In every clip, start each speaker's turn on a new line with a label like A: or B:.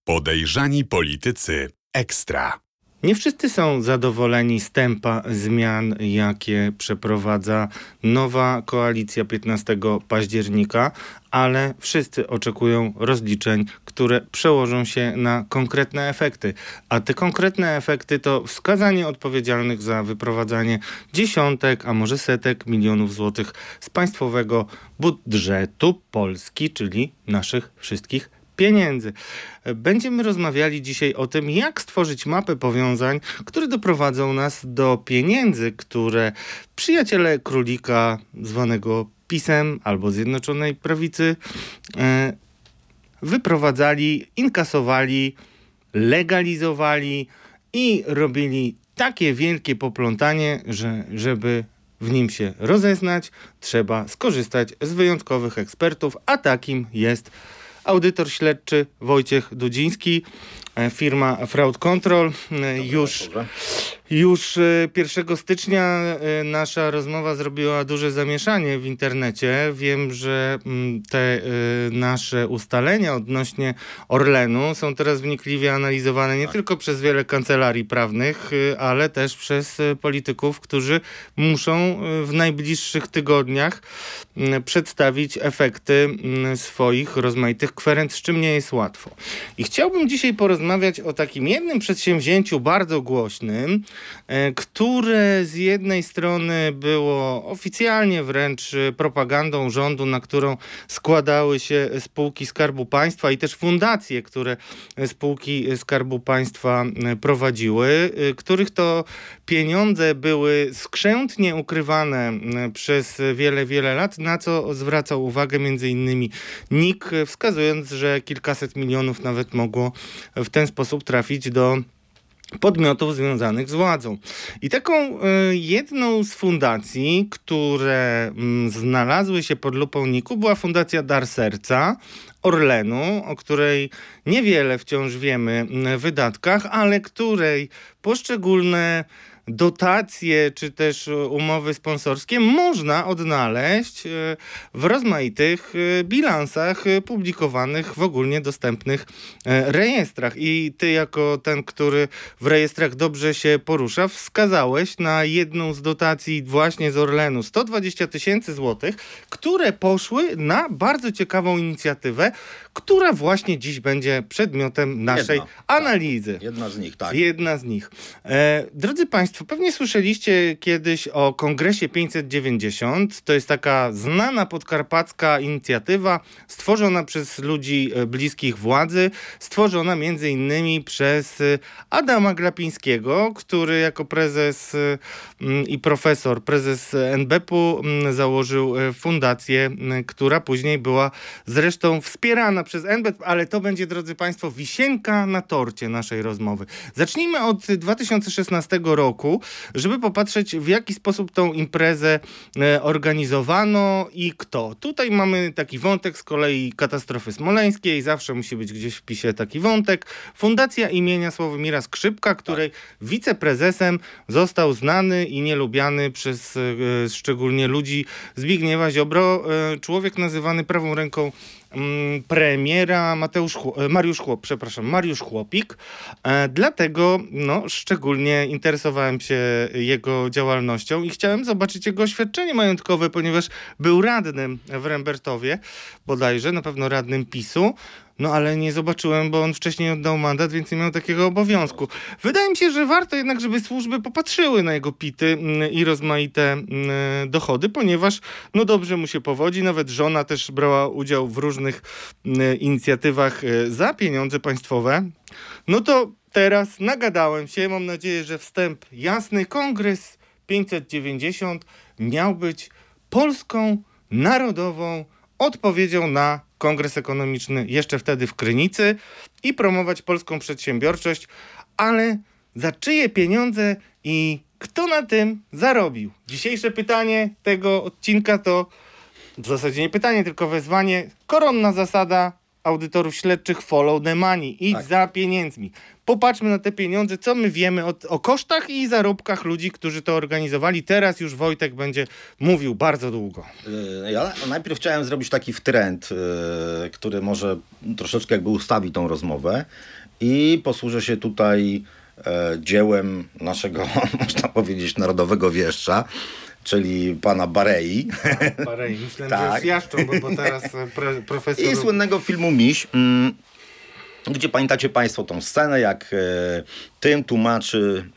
A: Podejrzani politycy ekstra.
B: Nie wszyscy są zadowoleni z tempa zmian, jakie przeprowadza nowa koalicja 15 października, ale wszyscy oczekują rozliczeń, które przełożą się na konkretne efekty. A te konkretne efekty to wskazanie odpowiedzialnych za wyprowadzanie dziesiątek, a może setek milionów złotych z państwowego budżetu Polski, czyli naszych wszystkich pieniędzy. Będziemy rozmawiali dzisiaj o tym, jak stworzyć mapę powiązań, które doprowadzą nas do pieniędzy, które przyjaciele królika zwanego PiS-em albo Zjednoczonej Prawicy wyprowadzali, inkasowali, legalizowali i robili takie wielkie poplątanie, że żeby w nim się rozeznać, trzeba skorzystać z wyjątkowych ekspertów, a takim jest audytor śledczy Wojciech Dudziński, firma Fraud Control. Już 1 stycznia nasza rozmowa zrobiła duże zamieszanie w internecie. Wiem, że te nasze ustalenia odnośnie Orlenu są teraz wnikliwie analizowane nie tylko przez wiele kancelarii prawnych, ale też przez polityków, którzy muszą w najbliższych tygodniach przedstawić efekty swoich rozmaitych kwerend, z czym nie jest łatwo. I chciałbym dzisiaj porozmawiać o takim jednym przedsięwzięciu bardzo głośnym, które z jednej strony było oficjalnie wręcz propagandą rządu, na którą składały się spółki Skarbu Państwa i też fundacje, które spółki Skarbu Państwa prowadziły, których to pieniądze były skrzętnie ukrywane przez wiele, wiele lat, na co zwracał uwagę m.in. NIK, wskazując, że kilkaset milionów nawet mogło w ten sposób trafić do podmiotów związanych z władzą. I taką jedną z fundacji, które znalazły się pod lupą NIK-u, była Fundacja Dar Serca Orlenu, o której niewiele wciąż wiemy w wydatkach, ale której poszczególne dotacje czy też umowy sponsorskie można odnaleźć w rozmaitych bilansach publikowanych w ogólnie dostępnych rejestrach. I ty jako ten, który w rejestrach dobrze się porusza, wskazałeś na jedną z dotacji właśnie z Orlenu, 120 000 złotych, które poszły na bardzo ciekawą inicjatywę, która właśnie dziś będzie przedmiotem naszej analizy.
C: Tak. Jedna z nich, tak.
B: Jedna z nich. Drodzy Państwo, pewnie słyszeliście kiedyś o Kongresie 590. To jest taka znana podkarpacka inicjatywa stworzona przez ludzi bliskich władzy, stworzona między innymi przez Adama Glapińskiego, który jako prezes i profesor, prezes NBP-u założył fundację, która później była zresztą wspierana przez NBP, ale to będzie, drodzy Państwo, wisienka na torcie naszej rozmowy. Zacznijmy od 2016 roku, żeby popatrzeć, w jaki sposób tą imprezę organizowano i kto. Tutaj mamy taki wątek z kolei katastrofy smoleńskiej, zawsze musi być gdzieś w PiS-ie taki wątek. Fundacja imienia Sławomira Skrzypka, której wiceprezesem został znany i nielubiany przez szczególnie ludzi Zbigniewa Ziobro, człowiek nazywany prawą ręką premiera Mariusz Chłopik. Dlatego szczególnie interesowałem się jego działalnością i chciałem zobaczyć jego oświadczenie majątkowe, ponieważ był radnym w Rembertowie, bodajże, na pewno radnym PiS-u. Ale nie zobaczyłem, bo on wcześniej oddał mandat, więc nie miał takiego obowiązku. Wydaje mi się, że warto jednak, żeby służby popatrzyły na jego pity i rozmaite dochody, ponieważ dobrze mu się powodzi. Nawet żona też brała udział w różnych inicjatywach za pieniądze państwowe. To teraz nagadałem się. Mam nadzieję, że wstęp jasny. Kongres 590 miał być polską, narodową odpowiedzią na Kongres Ekonomiczny jeszcze wtedy w Krynicy i promować polską przedsiębiorczość, ale za czyje pieniądze i kto na tym zarobił? Dzisiejsze pytanie tego odcinka to w zasadzie nie pytanie, tylko wezwanie. Koronna zasada, audytorów śledczych follow the money. Idź za pieniędzmi. Popatrzmy na te pieniądze, co my wiemy o kosztach i zarobkach ludzi, którzy to organizowali. Teraz już Wojtek będzie mówił bardzo długo.
C: Ja najpierw chciałem zrobić taki wtręt, który może troszeczkę jakby ustawi tą rozmowę i posłużę się tutaj dziełem naszego, można powiedzieć, narodowego wieszcza, czyli pana Barei.
B: Barei, myślałem, że już jaszczą, bo teraz profesor...
C: I słynnego filmu Miś, gdzie pamiętacie państwo tą scenę, jak tym tłumaczy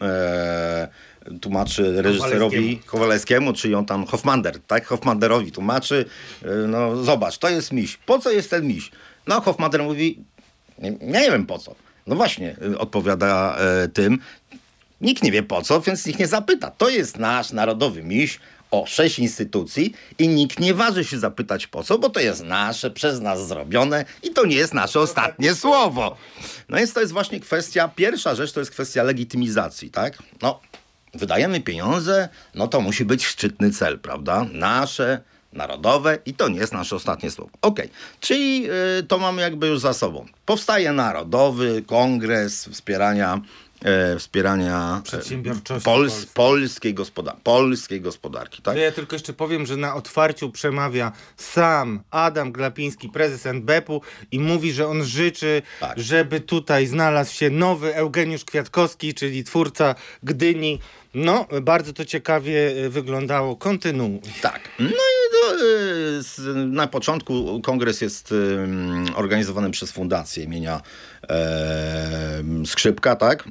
C: reżyserowi Kowalewskiemu, czyli on tam Hofmander, tak? Hofmanderowi tłumaczy, no zobacz, to jest miś. Po co jest ten miś? No Hofmander mówi, nie wiem po co. No właśnie, odpowiada tym, nikt nie wie po co, więc nikt nie zapyta. To jest nasz narodowy miś o 6 instytucji i nikt nie waży się zapytać po co, bo to jest nasze, przez nas zrobione i to nie jest nasze ostatnie słowo. No więc to jest właśnie kwestia, pierwsza rzecz to jest kwestia legitymizacji, tak? No, wydajemy pieniądze, no to musi być szczytny cel, prawda? Nasze, narodowe i to nie jest nasze ostatnie słowo. Okej, czyli to mamy jakby już za sobą. Powstaje Narodowy Kongres Wspierania
B: przedsiębiorczości
C: polskiej gospodarki. Tak?
B: Ja tylko jeszcze powiem, że na otwarciu przemawia sam Adam Glapiński, prezes NBP-u i mówi, że on życzy, żeby tutaj znalazł się nowy Eugeniusz Kwiatkowski, czyli twórca Gdyni. No, bardzo to ciekawie wyglądało. Kontynuuj.
C: Tak. No i na początku kongres jest organizowany przez fundację imienia Skrzypka, tak?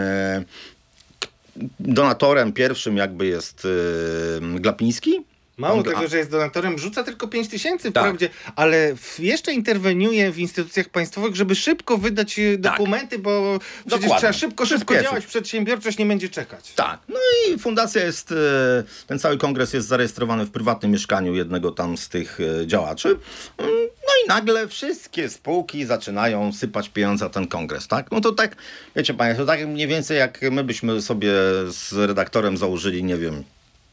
C: Donatorem pierwszym jakby jest Glapiński.
B: Mało tego, że jest donatorem, rzuca tylko 5 000 wprawdzie, ale jeszcze interweniuje w instytucjach państwowych, żeby szybko wydać dokumenty, bo przecież trzeba szybko działać, przedsiębiorczość nie będzie czekać.
C: Tak, no i fundacja jest, ten cały kongres jest zarejestrowany w prywatnym mieszkaniu jednego tam z tych działaczy. No i nagle wszystkie spółki zaczynają sypać pieniądze na ten kongres, tak? No to tak, wiecie państwo, tak mniej więcej jak my byśmy sobie z redaktorem założyli, nie wiem,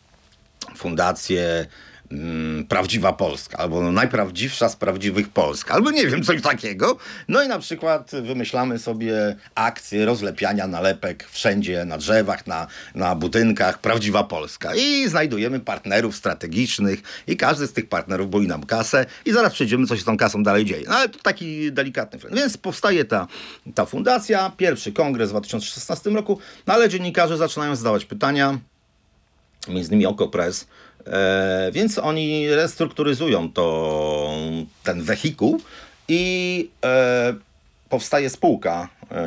C: fundację Prawdziwa Polska, albo najprawdziwsza z prawdziwych Polsk, albo nie wiem, coś takiego. No i na przykład wymyślamy sobie akcję rozlepiania nalepek wszędzie, na drzewach, na budynkach Prawdziwa Polska. I znajdujemy partnerów strategicznych i każdy z tych partnerów boi nam kasę i zaraz przejdziemy, co się z tą kasą dalej dzieje. No ale to taki delikatny fragment. Więc powstaje ta fundacja, pierwszy kongres w 2016 roku, no ale dziennikarze zaczynają zadawać pytania, między innymi Okopres, więc oni restrukturyzują ten wehikuł i powstaje spółka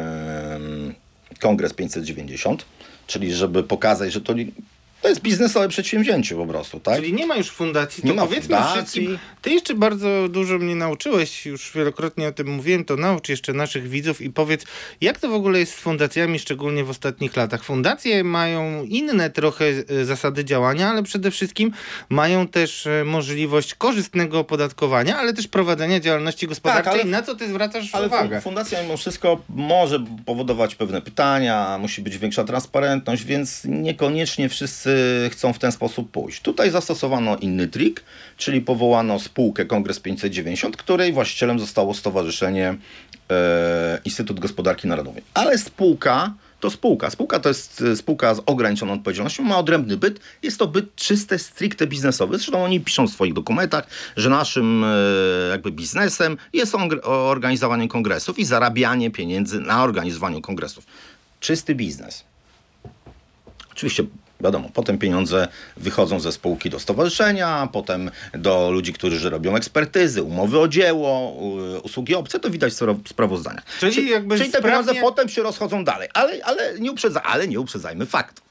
C: Kongres 590, czyli żeby pokazać, że to jest biznesowe przedsięwzięcie po prostu, tak?
B: Czyli nie ma już fundacji, to
C: nie ma
B: powiedzmy
C: fundacji.
B: wszystkim. Ty jeszcze bardzo dużo mnie nauczyłeś, już wielokrotnie o tym mówiłem, to naucz jeszcze naszych widzów i powiedz, jak to w ogóle jest z fundacjami, szczególnie w ostatnich latach. Fundacje mają inne trochę zasady działania, ale przede wszystkim mają też możliwość korzystnego opodatkowania, ale też prowadzenia działalności gospodarczej. Tak, na co ty zwracasz uwagę?
C: Fundacja mimo wszystko może powodować pewne pytania, musi być większa transparentność, więc niekoniecznie wszyscy chcą w ten sposób pójść. Tutaj zastosowano inny trik, czyli powołano spółkę Kongres 590, której właścicielem zostało Stowarzyszenie Instytut Gospodarki Narodowej. Ale spółka to spółka. Spółka to jest spółka z ograniczoną odpowiedzialnością, ma odrębny byt. Jest to byt czyste, stricte biznesowy. Zresztą oni piszą w swoich dokumentach, że naszym jakby biznesem jest organizowanie kongresów i zarabianie pieniędzy na organizowaniu kongresów. Czysty biznes. Oczywiście wiadomo, potem pieniądze wychodzą ze spółki do stowarzyszenia, potem do ludzi, którzy robią ekspertyzy, umowy o dzieło, usługi obce, to widać w sprawozdaniach.
B: Czyli
C: te pieniądze potem się rozchodzą dalej, ale nie uprzedzajmy faktów.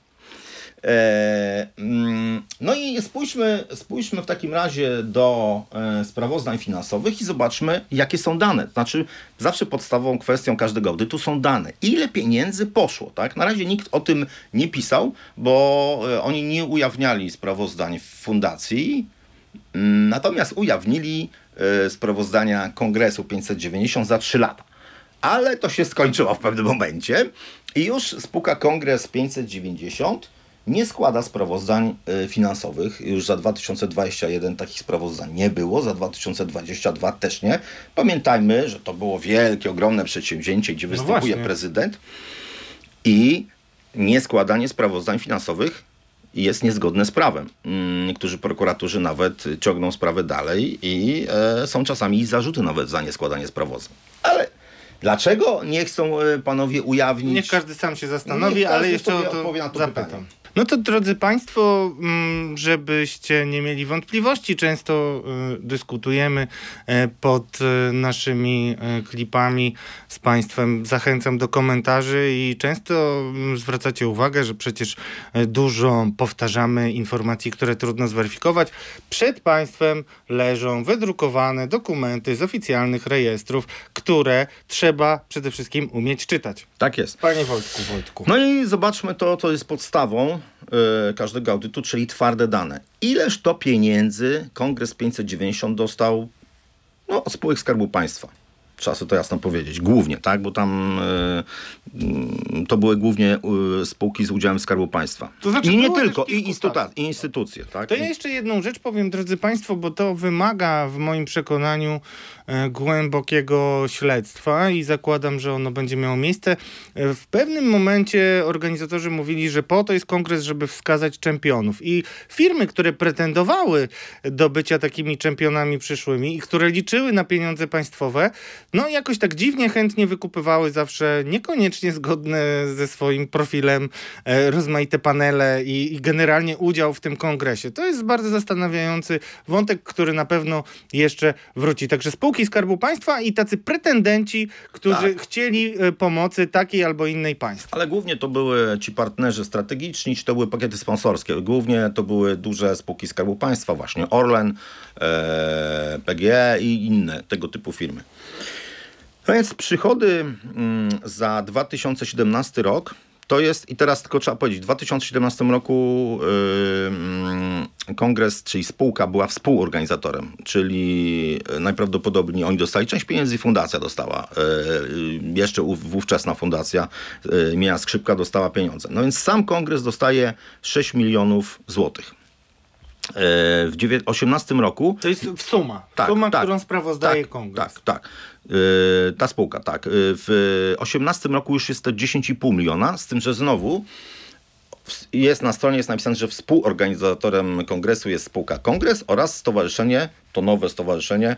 C: No i spójrzmy w takim razie do sprawozdań finansowych i zobaczmy, jakie są dane. Znaczy, zawsze podstawową kwestią każdego audytu są dane. Ile pieniędzy poszło, tak? Na razie nikt o tym nie pisał, bo oni nie ujawniali sprawozdań w fundacji, natomiast ujawnili sprawozdania Kongresu 590 za 3 lata. Ale to się skończyło w pewnym momencie i już spółka Kongres 590 nie składa sprawozdań finansowych. Już za 2021 takich sprawozdań nie było, za 2022 też nie. Pamiętajmy, że to było wielkie, ogromne przedsięwzięcie, gdzie występuje prezydent i nieskładanie sprawozdań finansowych jest niezgodne z prawem. Niektórzy prokuratorzy nawet ciągną sprawę dalej i są czasami zarzuty nawet za nieskładanie sprawozdań. Ale dlaczego nie chcą panowie ujawnić?
B: Niech każdy sam się zastanowi, ale jeszcze o to zapytam. Pytanie. No to drodzy Państwo, żebyście nie mieli wątpliwości, często dyskutujemy pod naszymi klipami z Państwem. Zachęcam do komentarzy i często zwracacie uwagę, że przecież dużo powtarzamy informacji, które trudno zweryfikować. Przed Państwem leżą wydrukowane dokumenty z oficjalnych rejestrów, które trzeba przede wszystkim umieć czytać.
C: Tak jest.
B: Panie Wojtku.
C: No i zobaczmy to, co jest podstawą każdego audytu, czyli twarde dane. Ileż to pieniędzy Kongres 590 dostał od spółek Skarbu Państwa? Trzeba sobie to jasno powiedzieć. Głównie, tak? Bo tam to były głównie spółki z udziałem Skarbu Państwa.
B: To znaczy,
C: i nie tylko, i instytucje. Tak?
B: To ja jeszcze jedną rzecz powiem, drodzy Państwo, bo to wymaga w moim przekonaniu głębokiego śledztwa i zakładam, że ono będzie miało miejsce. W pewnym momencie organizatorzy mówili, że po to jest kongres, żeby wskazać czempionów. I firmy, które pretendowały do bycia takimi czempionami przyszłymi i które liczyły na pieniądze państwowe, jakoś tak dziwnie chętnie wykupywały zawsze niekoniecznie zgodne ze swoim profilem rozmaite panele i generalnie udział w tym kongresie. To jest bardzo zastanawiający wątek, który na pewno jeszcze wróci. Także spółki Skarbu Państwa i tacy pretendenci, którzy chcieli pomocy takiej albo innej państwa.
C: Ale głównie to były ci partnerzy strategiczni, czy to były pakiety sponsorskie. Głównie to były duże spółki Skarbu Państwa, właśnie Orlen, PGE i inne tego typu firmy. No więc przychody za 2017 rok to jest, i teraz tylko trzeba powiedzieć, w 2017 roku kongres, czyli spółka była współorganizatorem, czyli najprawdopodobniej oni dostali część pieniędzy i fundacja dostała, jeszcze ówczesna fundacja imienia Skrzypka dostała pieniądze. No więc sam kongres dostaje 6 milionów złotych. W 2018 roku...
B: To jest suma, którą sprawozdaje kongres.
C: Tak. Ta spółka, tak. W 2018 roku już jest to 10,5 miliona, z tym, że znowu jest na stronie napisane, że współorganizatorem kongresu jest spółka Kongres oraz stowarzyszenie, to nowe stowarzyszenie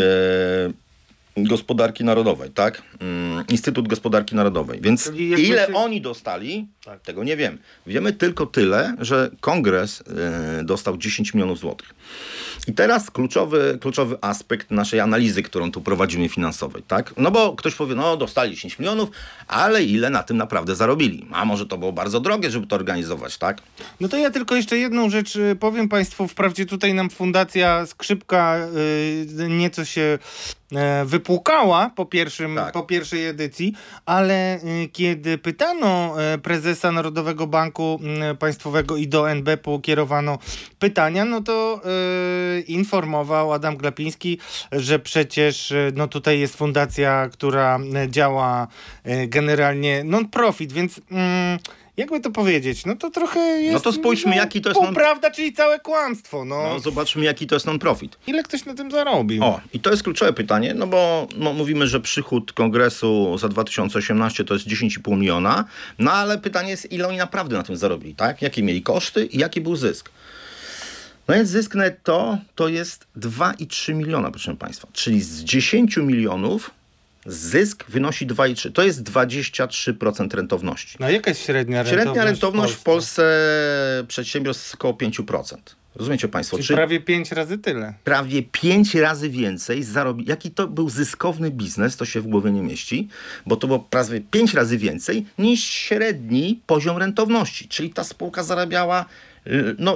C: Gospodarki Narodowej, tak? Instytut Gospodarki Narodowej. Więc ile oni dostali, tego nie wiem. Wiemy tylko tyle, że kongres dostał 10 milionów złotych. I teraz kluczowy aspekt naszej analizy, którą tu prowadzimy finansowej, tak? No bo ktoś powie, dostali 10 milionów, ale ile na tym naprawdę zarobili? A może to było bardzo drogie, żeby to organizować, tak?
B: No to ja tylko jeszcze jedną rzecz powiem Państwu. Wprawdzie tutaj nam Fundacja Skrzypka nieco się wypłukała po pierwszej edycji, ale kiedy pytano prezesa Narodowego Banku Państwowego i do NBP-u kierowano pytania, to informował Adam Glapiński, że przecież tutaj jest fundacja, która działa generalnie non-profit, więc jakby to powiedzieć, to trochę jest...
C: No to spójrzmy, jaki to jest...
B: Półprawda, czyli całe kłamstwo.
C: Zobaczmy, jaki to jest non-profit.
B: Ile ktoś na tym zarobił?
C: I to jest kluczowe pytanie, bo mówimy, że przychód kongresu za 2018 to jest 10,5 miliona, ale pytanie jest, ile oni naprawdę na tym zarobili, tak? Jakie mieli koszty i jaki był zysk? No więc zysk netto to jest 2,3 miliona, proszę Państwa. Czyli z 10 milionów zysk wynosi 2,3. To jest 23% rentowności.
B: No jaka jest średnia rentowność?
C: Średnia rentowność w Polsce przedsiębiorstw jest około 5%. Rozumiecie Państwo?
B: Czyli prawie 5 razy tyle.
C: Prawie 5 razy więcej zarobi. Jaki to był zyskowny biznes, to się w głowie nie mieści, bo to było prawie 5 razy więcej niż średni poziom rentowności. Czyli ta spółka zarabiała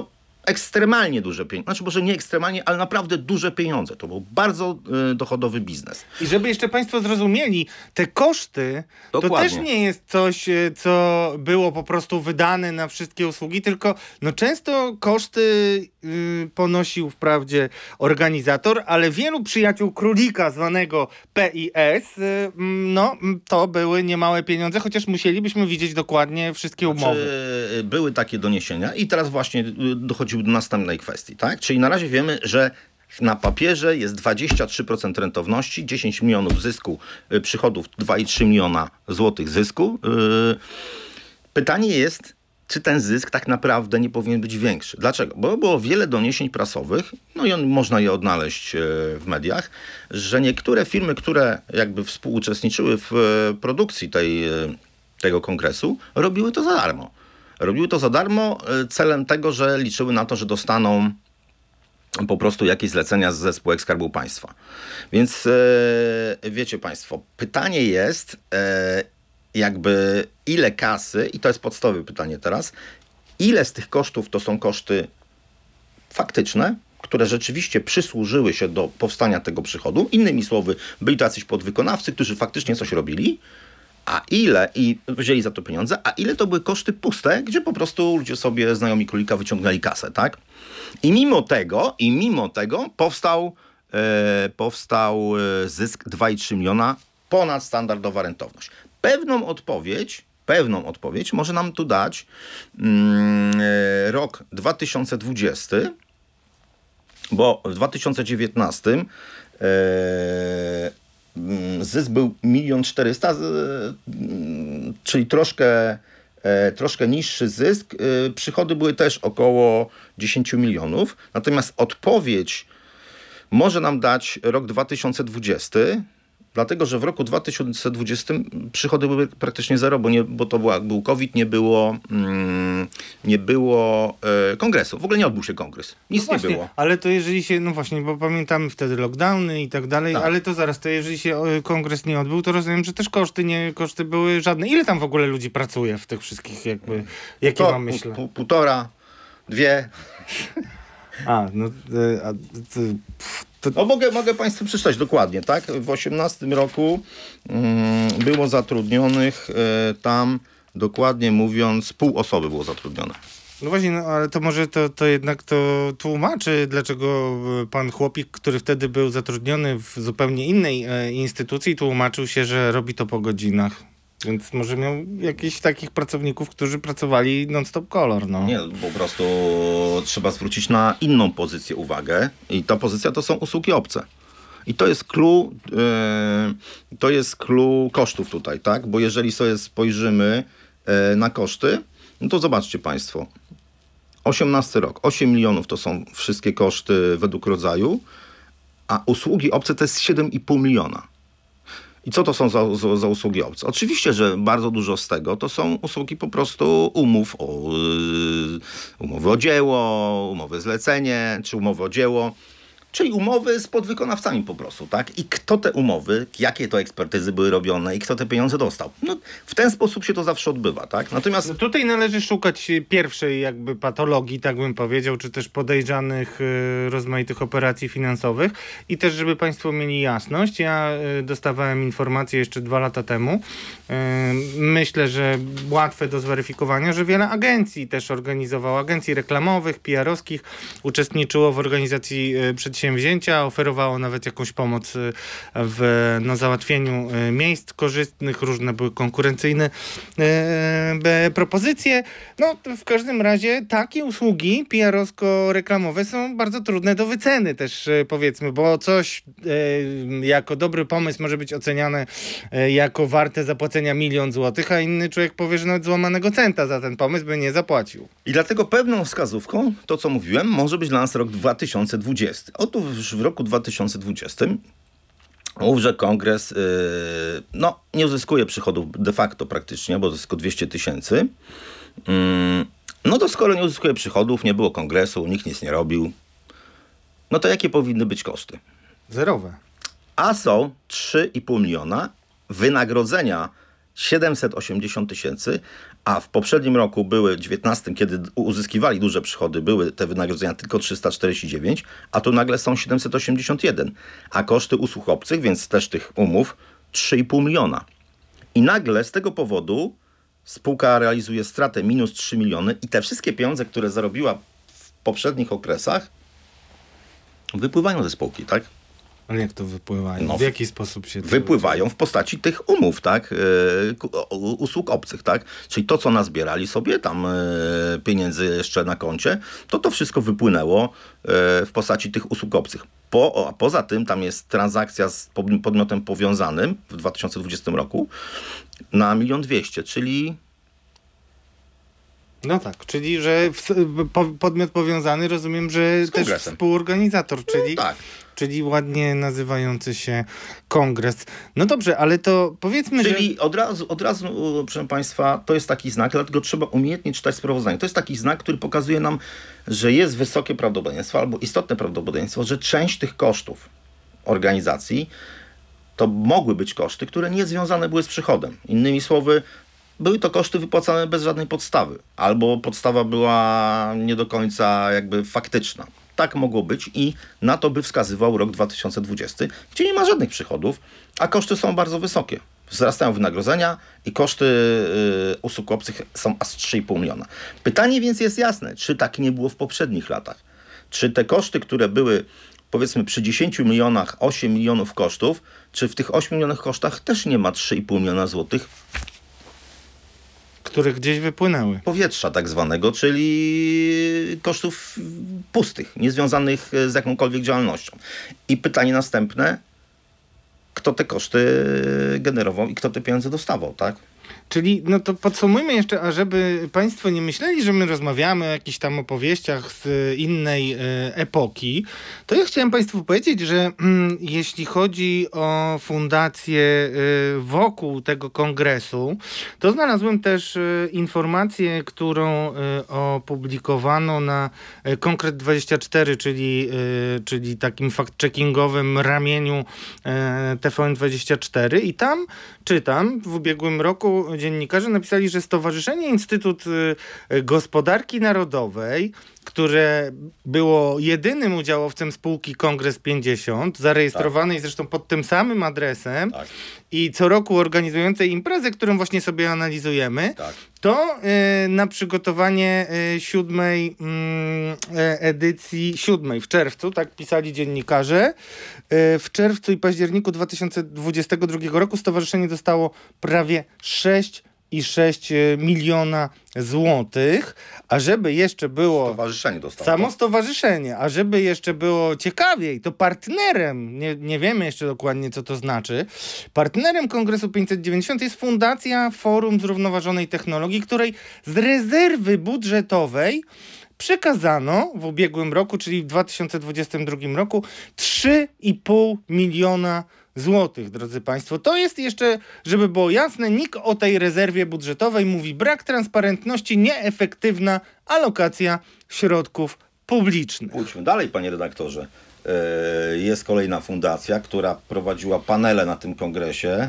C: ekstremalnie duże pieniądze. Znaczy może nie ekstremalnie, ale naprawdę duże pieniądze. To był bardzo dochodowy biznes.
B: I żeby jeszcze Państwo zrozumieli, te koszty
C: Dokładnie.
B: to też nie jest coś, co było po prostu wydane na wszystkie usługi, tylko często koszty ponosił wprawdzie organizator, ale wielu przyjaciół królika zwanego PIS, to były niemałe pieniądze, chociaż musielibyśmy widzieć dokładnie wszystkie umowy.
C: Były takie doniesienia i teraz właśnie dochodziły do następnej kwestii, tak? Czyli na razie wiemy, że na papierze jest 23% rentowności, 10 milionów zysku, przychodów 2,3 miliona złotych zysku. Pytanie jest, czy ten zysk tak naprawdę nie powinien być większy. Dlaczego? Bo było wiele doniesień prasowych, i można je odnaleźć w mediach, że niektóre firmy, które jakby współuczestniczyły w produkcji tego kongresu, robiły to za darmo. Robiły to za darmo celem tego, że liczyły na to, że dostaną po prostu jakieś zlecenia ze spółek Skarbu Państwa. Więc wiecie Państwo, pytanie jest jakby ile kasy, i to jest podstawowe pytanie teraz, ile z tych kosztów to są koszty faktyczne, które rzeczywiście przysłużyły się do powstania tego przychodu. Innymi słowy, byli to jacyś podwykonawcy, którzy faktycznie coś robili, a ile, i wzięli za to pieniądze, a ile to były koszty puste, gdzie po prostu ludzie sobie, znajomi królika, wyciągnęli kasę, tak? I mimo tego powstał zysk 2,3 miliona, ponadstandardowa rentowność. Pewną odpowiedź może nam tu dać rok 2020, bo w 2019 zysk był 1 400 000, czyli troszkę niższy zysk. Przychody były też około 10 milionów. Natomiast odpowiedź może nam dać rok 2020, dlatego że w roku 2020 przychody były praktycznie zero, bo był COVID, nie było kongresu. W ogóle nie odbył się kongres. Nic nie było.
B: Ale to jeżeli się, bo pamiętamy wtedy lockdowny i tak dalej,
C: tak.
B: Ale to zaraz, to jeżeli się kongres nie odbył, to rozumiem, że też koszty były żadne. Ile tam w ogóle ludzi pracuje w tych wszystkich jakie mam myślę?
C: Półtora, 2. Mogę Państwu przeczytać dokładnie, tak? W 2018 roku było zatrudnionych tam, dokładnie mówiąc, pół osoby było zatrudnione.
B: No właśnie, ale to może to jednak to tłumaczy, dlaczego pan chłopik, który wtedy był zatrudniony w zupełnie innej instytucji, tłumaczył się, że robi to po godzinach. Więc może miał jakichś takich pracowników, którzy pracowali non-stop color.
C: Nie, po prostu trzeba zwrócić na inną pozycję uwagę i ta pozycja to są usługi obce. I to jest clue kosztów tutaj, tak? Bo jeżeli sobie spojrzymy na koszty, to zobaczcie Państwo. 18 rok, 8 milionów to są wszystkie koszty według rodzaju, a usługi obce to jest 7,5 miliona. I co to są za usługi obce? Oczywiście, że bardzo dużo z tego to są usługi po prostu umowy o dzieło, umowy zlecenie, czy umowy o dzieło, czyli umowy z podwykonawcami po prostu, tak? I kto te umowy, jakie to ekspertyzy były robione i kto te pieniądze dostał. W ten sposób się to zawsze odbywa, tak? Natomiast
B: tutaj należy szukać pierwszej jakby patologii, tak bym powiedział, czy też podejrzanych rozmaitych operacji finansowych i też, żeby Państwo mieli jasność, ja dostawałem informację jeszcze 2 lata temu, myślę, że łatwe do zweryfikowania, że wiele agencji też organizowało, agencji reklamowych, PR-owskich, uczestniczyło w organizacji przedsięwzięcia, oferowało nawet jakąś pomoc w załatwieniu miejsc korzystnych, różne były konkurencyjne propozycje. W każdym razie takie usługi PR-owsko-reklamowe są bardzo trudne do wyceny też, powiedzmy, bo coś jako dobry pomysł może być oceniane jako warte zapłacenia 1 000 000 złotych, a inny człowiek powie, że nawet złamanego centa za ten pomysł by nie zapłacił.
C: I dlatego pewną wskazówką, to co mówiłem, może być dla nas rok 2020. Otóż w roku 2020 ówże kongres nie uzyskuje przychodów de facto praktycznie, bo to jest tylko 200 000. To skoro nie uzyskuje przychodów, nie było kongresu, nikt nic nie robił, to jakie powinny być koszty?
B: Zerowe.
C: A są 3,5 miliona wynagrodzenia 780 tysięcy, a w poprzednim roku były, 19, kiedy uzyskiwali duże przychody, były te wynagrodzenia tylko 349, a tu nagle są 781, a koszty usług obcych, więc też tych umów, 3,5 miliona. I nagle z tego powodu spółka realizuje stratę minus 3 miliony i te wszystkie pieniądze, które zarobiła w poprzednich okresach, wypływają ze spółki, tak?
B: Ale jak to wypływają?
C: No,
B: w jaki sposób się to
C: wypływają w postaci tych umów, tak? Usług obcych, tak? Czyli to, co nazbierali sobie tam pieniędzy jeszcze na koncie, to wszystko wypłynęło w postaci tych usług obcych. A poza tym tam jest transakcja z podmiotem powiązanym w 2020 roku na 1 200 000, czyli...
B: No tak, czyli że podmiot powiązany, rozumiem, że też współorganizator, czyli...
C: tak.
B: Czyli ładnie nazywający się kongres. No dobrze, ale to powiedzmy,
C: Czyli od razu, proszę Państwa, to jest taki znak, dlatego trzeba umiejętnie czytać sprawozdanie. To jest taki znak, który pokazuje nam, że jest wysokie prawdopodobieństwo albo istotne prawdopodobieństwo, że część tych kosztów organizacji to mogły być koszty, które nie związane były z przychodem. Innymi słowy, były to koszty wypłacane bez żadnej podstawy, albo podstawa była nie do końca jakby faktyczna. Tak mogło być i na to by wskazywał rok 2020, gdzie nie ma żadnych przychodów, a koszty są bardzo wysokie. Wzrastają wynagrodzenia i koszty usług obcych są aż 3,5 miliona. Pytanie więc jest jasne, czy tak nie było w poprzednich latach? Czy te koszty, które były powiedzmy przy 10 milionach, 8 milionów kosztów, czy w tych 8 milionach kosztach też nie ma 3,5 miliona złotych?
B: Które gdzieś wypłynęły.
C: Powietrza tak zwanego, czyli kosztów pustych, niezwiązanych z jakąkolwiek działalnością. I pytanie następne, kto te koszty generował i kto te pieniądze dostawał, tak?
B: Czyli, no to podsumujmy jeszcze, a żeby Państwo nie myśleli, że my rozmawiamy o jakichś tam opowieściach z innej epoki, to ja chciałem Państwu powiedzieć, że jeśli chodzi o fundację wokół tego kongresu, to znalazłem też informację, którą opublikowano na Konkret24, czyli takim fact-checkingowym ramieniu TVN24 i tam czytam, w ubiegłym roku dziennikarze napisali, że Stowarzyszenie Instytut Gospodarki Narodowej, które było jedynym udziałowcem spółki Kongres 50, zarejestrowanej zresztą pod tym samym adresem i co roku organizującej imprezę, którą właśnie sobie analizujemy, to na przygotowanie 7. edycji, 7 w czerwcu, tak pisali dziennikarze, w czerwcu i październiku 2022 roku stowarzyszenie dostało prawie 6,6 miliona złotych, a żeby jeszcze było...
C: Stowarzyszenie dostało.
B: Samo stowarzyszenie, a żeby jeszcze było ciekawiej, to partnerem, nie wiemy jeszcze dokładnie, co to znaczy, partnerem Kongresu 590 jest Fundacja Forum Zrównoważonej Technologii, której z rezerwy budżetowej przekazano w ubiegłym roku, czyli w 2022 roku, 3,5 miliona złotych, drodzy Państwo. To jest jeszcze, żeby było jasne, NIK o tej rezerwie budżetowej mówi: brak transparentności, nieefektywna alokacja środków publicznych.
C: Pójdźmy dalej, panie redaktorze. Jest kolejna fundacja, która prowadziła panele na tym kongresie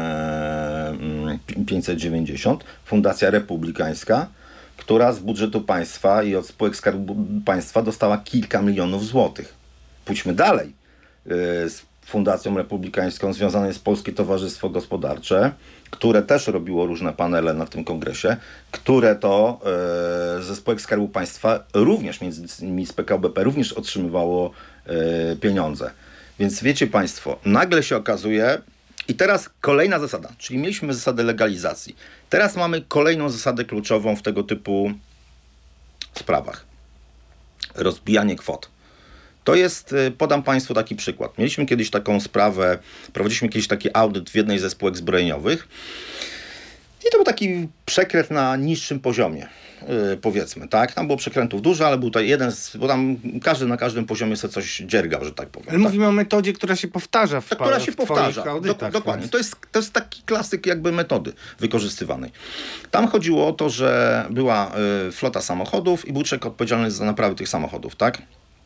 C: 590, Fundacja Republikańska, która z budżetu państwa i od spółek Skarbu Państwa dostała kilka milionów złotych. Pójdźmy dalej. Z Fundacją Republikańską związane jest Polskie Towarzystwo Gospodarcze, które też robiło różne panele na tym kongresie, które to ze spółek Skarbu Państwa również, między innymi z PKO BP, również otrzymywało pieniądze. Więc wiecie Państwo, nagle się okazuje, i teraz kolejna zasada, czyli mieliśmy zasadę legalizacji. Teraz mamy kolejną zasadę kluczową w tego typu sprawach. Rozbijanie kwot. To jest, podam Państwu taki przykład. Mieliśmy kiedyś taką sprawę, prowadziliśmy kiedyś taki audyt w jednej ze spółek zbrojeniowych i to był taki przekręt na niższym poziomie, powiedzmy, tak? Tam było przekrętów dużo, ale był to jeden bo tam każdy na każdym poziomie sobie coś dziergał, że tak powiem.
B: Ale mówimy o metodzie, która się powtarza w
C: która się powtarza.
B: Audytach,
C: Dokładnie. To jest taki klasyk jakby metody wykorzystywanej. Tam chodziło o to, że była flota samochodów i był człowiek odpowiedzialny za naprawę tych samochodów, tak?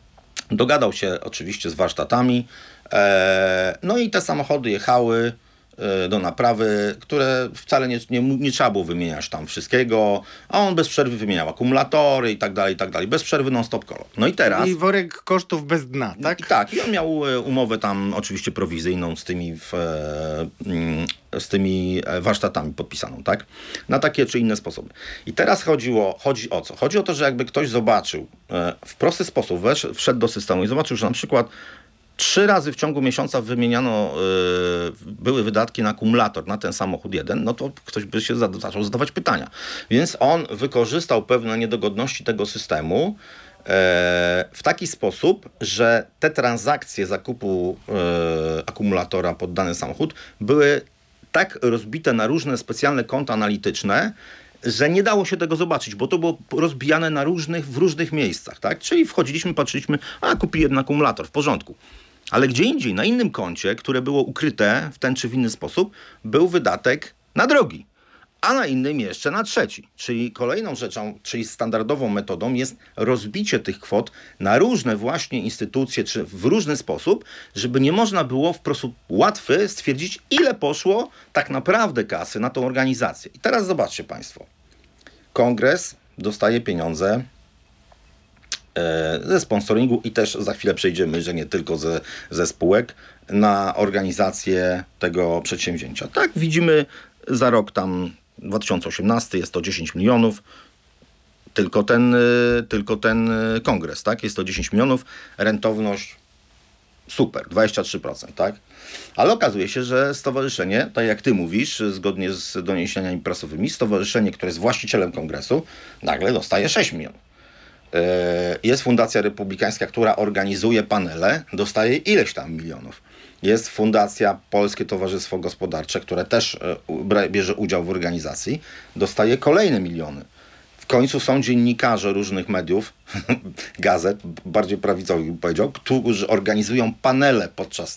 C: Dogadał się oczywiście z warsztatami, no i te samochody jechały do naprawy, które wcale nie trzeba było wymieniać tam wszystkiego, a on bez przerwy wymieniał akumulatory i tak dalej, bez przerwy non-stop kolor. No i teraz...
B: I worek kosztów bez dna, tak?
C: Tak, i on miał umowę tam oczywiście prowizyjną z tymi warsztatami podpisaną, tak? Na takie czy inne sposoby. I teraz chodzi o co? Chodzi o to, że jakby ktoś zobaczył w prosty sposób, wszedł do systemu i zobaczył, że na przykład 3 razy w ciągu miesiąca wymieniano, były wydatki na akumulator, na ten samochód jeden, no to ktoś by się zaczął zadawać pytania. Więc on wykorzystał pewne niedogodności tego systemu w taki sposób, że te transakcje zakupu akumulatora pod dany samochód były tak rozbite na różne specjalne konta analityczne, że nie dało się tego zobaczyć, bo to było rozbijane w różnych miejscach, tak? Czyli wchodziliśmy, patrzyliśmy, kupi jeden akumulator, w porządku. Ale gdzie indziej, na innym koncie, które było ukryte w ten czy w inny sposób, był wydatek na drogi, a na innym jeszcze na trzeci. Czyli kolejną rzeczą, czyli standardową metodą jest rozbicie tych kwot na różne właśnie instytucje, czy w różny sposób, żeby nie można było w sposób łatwy stwierdzić, ile poszło tak naprawdę kasy na tą organizację. I teraz zobaczcie Państwo. Kongres dostaje pieniądze ze sponsoringu i też za chwilę przejdziemy, że nie tylko ze spółek, na organizację tego przedsięwzięcia. Tak, widzimy za rok tam 2018 jest to 10 milionów, tylko ten kongres, tak? Jest to 10 milionów, rentowność super, 23%, tak? Ale okazuje się, że stowarzyszenie, tak jak ty mówisz, zgodnie z doniesieniami prasowymi, stowarzyszenie, które jest właścicielem kongresu, nagle dostaje 6 milionów. Jest Fundacja Republikańska, która organizuje panele, dostaje ileś tam milionów. Jest Fundacja Polskie Towarzystwo Gospodarcze, które też bierze udział w organizacji, dostaje kolejne miliony. W końcu są dziennikarze różnych mediów, gazet, bardziej prawicowych bym powiedział, którzy organizują panele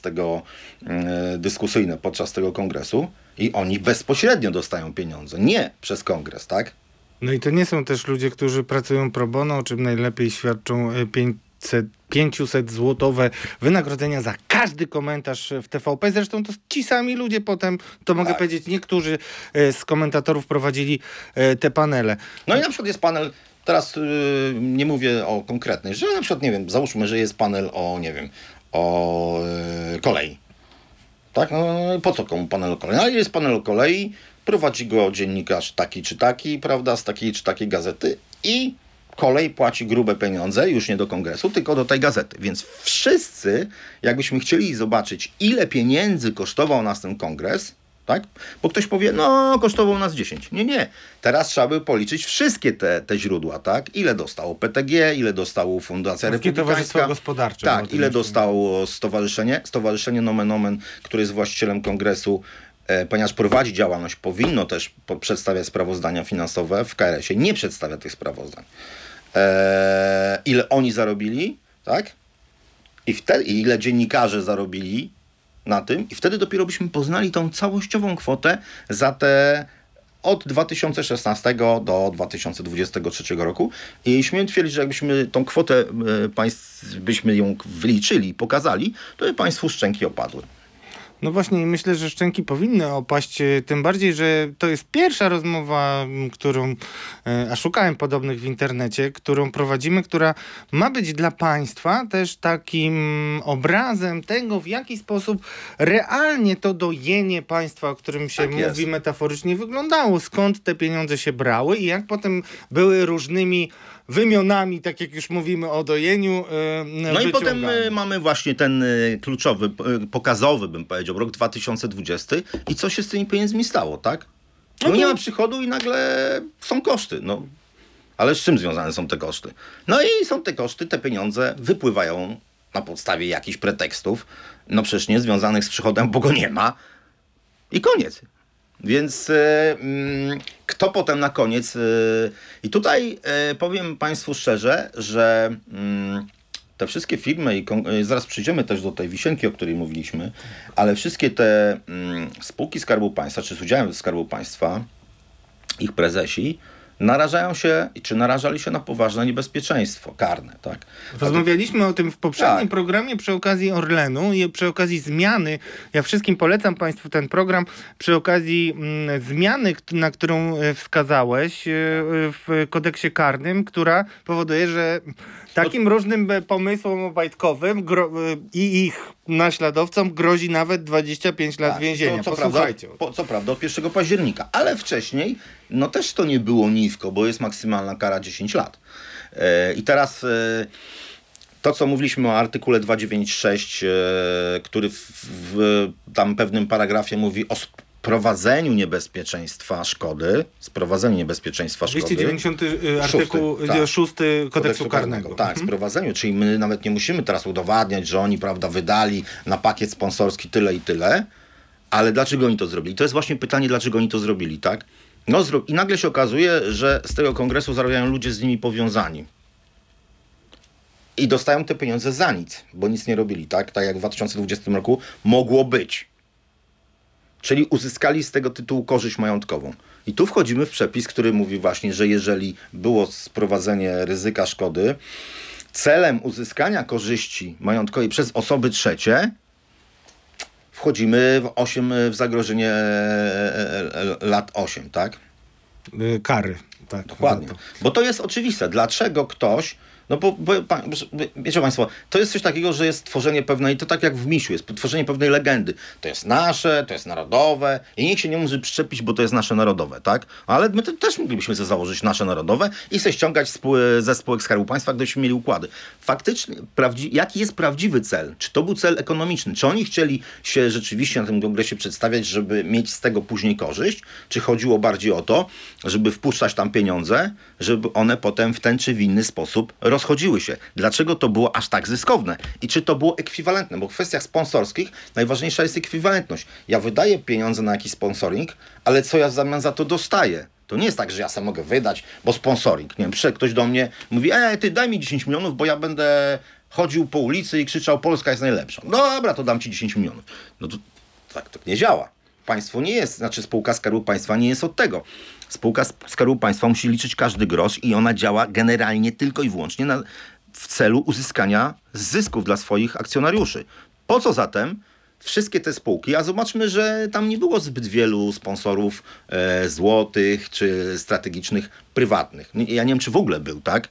C: dyskusyjne podczas tego kongresu i oni bezpośrednio dostają pieniądze, nie przez kongres, tak?
B: No i to nie są też ludzie, którzy pracują pro bono, o czym najlepiej świadczą 500 złotowe wynagrodzenia za każdy komentarz w TVP. Zresztą to ci sami ludzie potem, to mogę powiedzieć, niektórzy z komentatorów prowadzili te panele.
C: No i na przykład jest panel, teraz nie mówię o konkretnej, że na przykład, nie wiem, załóżmy, że jest panel o kolei. Tak? No po co komu panel o kolei? Ale jest panel o kolei, prowadzi go dziennikarz taki czy taki, prawda, z takiej czy takiej gazety i kolej płaci grube pieniądze, już nie do kongresu, tylko do tej gazety. Więc wszyscy, jakbyśmy chcieli zobaczyć, ile pieniędzy kosztował nas ten kongres, tak? Bo ktoś powie, no kosztował nas 10. Nie. Teraz trzeba by policzyć wszystkie te źródła, tak? Ile dostało PTG, ile dostało Fundacja Republikańska.
B: Towarzystwo Gospodarcze.
C: Tak, ile dostało stowarzyszenie Nomen Omen, które jest właścicielem kongresu, ponieważ prowadzi działalność, powinno też przedstawiać sprawozdania finansowe w KRS-ie. Nie przedstawia tych sprawozdań. Ile oni zarobili, tak? I ile dziennikarze zarobili na tym. I wtedy dopiero byśmy poznali tą całościową kwotę za te od 2016 do 2023 roku. I śmiem twierdzić, że jakbyśmy tą kwotę byśmy ją wyliczyli i pokazali, to by Państwu szczęki opadły.
B: No właśnie, myślę, że szczęki powinny opaść, tym bardziej, że to jest pierwsza rozmowa, którą, a szukałem podobnych w internecie, którą prowadzimy, która ma być dla Państwa też takim obrazem tego, w jaki sposób realnie to dojenie państwa, o którym się mówi metaforycznie, wyglądało. Skąd te pieniądze się brały i jak potem były różnymi wymionami, tak jak już mówimy o dojeniu.
C: No i potem mamy właśnie ten kluczowy, pokazowy, bym powiedział, rok 2020 i co się z tymi pieniędzmi stało, tak? No nie ma przychodu i nagle są koszty. No. Ale z czym związane są te koszty? No i są te koszty, te pieniądze wypływają na podstawie jakichś pretekstów, no przecież nie związanych z przychodem, bo go nie ma i koniec. Więc kto potem na koniec... I tutaj powiem Państwu szczerze, że te wszystkie firmy, i zaraz przyjdziemy też do tej wisienki, o której mówiliśmy, ale wszystkie te spółki Skarbu Państwa, czy z udziałem Skarbu Państwa, ich prezesi, narażają się, czy narażali się na poważne niebezpieczeństwo karne. Tak?
B: Rozmawialiśmy o tym w poprzednim
C: Tak.
B: programie przy okazji Orlenu i przy okazji zmiany. Ja wszystkim polecam Państwu ten program przy okazji zmiany, na którą wskazałeś w kodeksie karnym, która powoduje, że takim różnym pomysłom obajtkowym i ich naśladowcom grozi nawet 25 lat więzienia. Posłuchajcie.
C: Co prawda od 1 października, ale wcześniej no też to nie było nisko, bo jest maksymalna kara 10 lat. I teraz to, co mówiliśmy o artykule 296, który w tam pewnym paragrafie mówi o sprowadzeniu niebezpieczeństwa szkody.
B: 290 artykuł 6 kodeksu karnego.
C: Tak, sprowadzeniu, czyli my nawet nie musimy teraz udowadniać, że oni, prawda, wydali na pakiet sponsorski tyle i tyle, ale dlaczego oni to zrobili? To jest właśnie pytanie, dlaczego oni to zrobili, tak? No, i nagle się okazuje, że z tego kongresu zarabiają ludzie z nimi powiązani. I dostają te pieniądze za nic, bo nic nie robili, tak? Tak jak w 2020 roku mogło być. Czyli uzyskali z tego tytułu korzyść majątkową. I tu wchodzimy w przepis, który mówi właśnie, że jeżeli było sprowadzenie ryzyka szkody, celem uzyskania korzyści majątkowej przez osoby trzecie, wchodzimy w zagrożenie lat 8, tak?
B: Kary. Tak,
C: dokładnie. Bo to jest oczywiste. Dlaczego ktoś... No bo wiecie Państwo, to jest coś takiego, że jest tworzenie pewnej, to tak jak w Misiu, jest tworzenie pewnej legendy. To jest nasze, to jest narodowe i nikt się nie może przyczepić, bo to jest nasze narodowe, tak? Ale my też moglibyśmy sobie założyć nasze narodowe i sobie ściągać ze spółek Skarbu Państwa, gdybyśmy mieli układy. Faktycznie, jaki jest prawdziwy cel? Czy to był cel ekonomiczny? Czy oni chcieli się rzeczywiście na tym kongresie przedstawiać, żeby mieć z tego później korzyść? Czy chodziło bardziej o to, żeby wpuszczać tam pieniądze, żeby one potem w ten czy w inny sposób rozchodziły się. Dlaczego to było aż tak zyskowne? I czy to było ekwiwalentne? Bo w kwestiach sponsorskich najważniejsza jest ekwiwalentność. Ja wydaję pieniądze na jakiś sponsoring, ale co ja w zamian za to dostaję? To nie jest tak, że ja sam mogę wydać, bo sponsoring. Nie wiem, przyszedł ktoś do mnie, mówi, ty daj mi 10 milionów, bo ja będę chodził po ulicy i krzyczał, Polska jest najlepsza. No dobra, to dam ci 10 milionów. No to tak to nie działa. Państwo nie jest, spółka Skarbu Państwa nie jest od tego. Spółka Skarbu Państwa musi liczyć każdy grosz i ona działa generalnie tylko i wyłącznie w celu uzyskania zysków dla swoich akcjonariuszy. Po co zatem wszystkie te spółki, a zobaczmy, że tam nie było zbyt wielu sponsorów złotych czy strategicznych prywatnych. Ja nie wiem, czy w ogóle był, tak?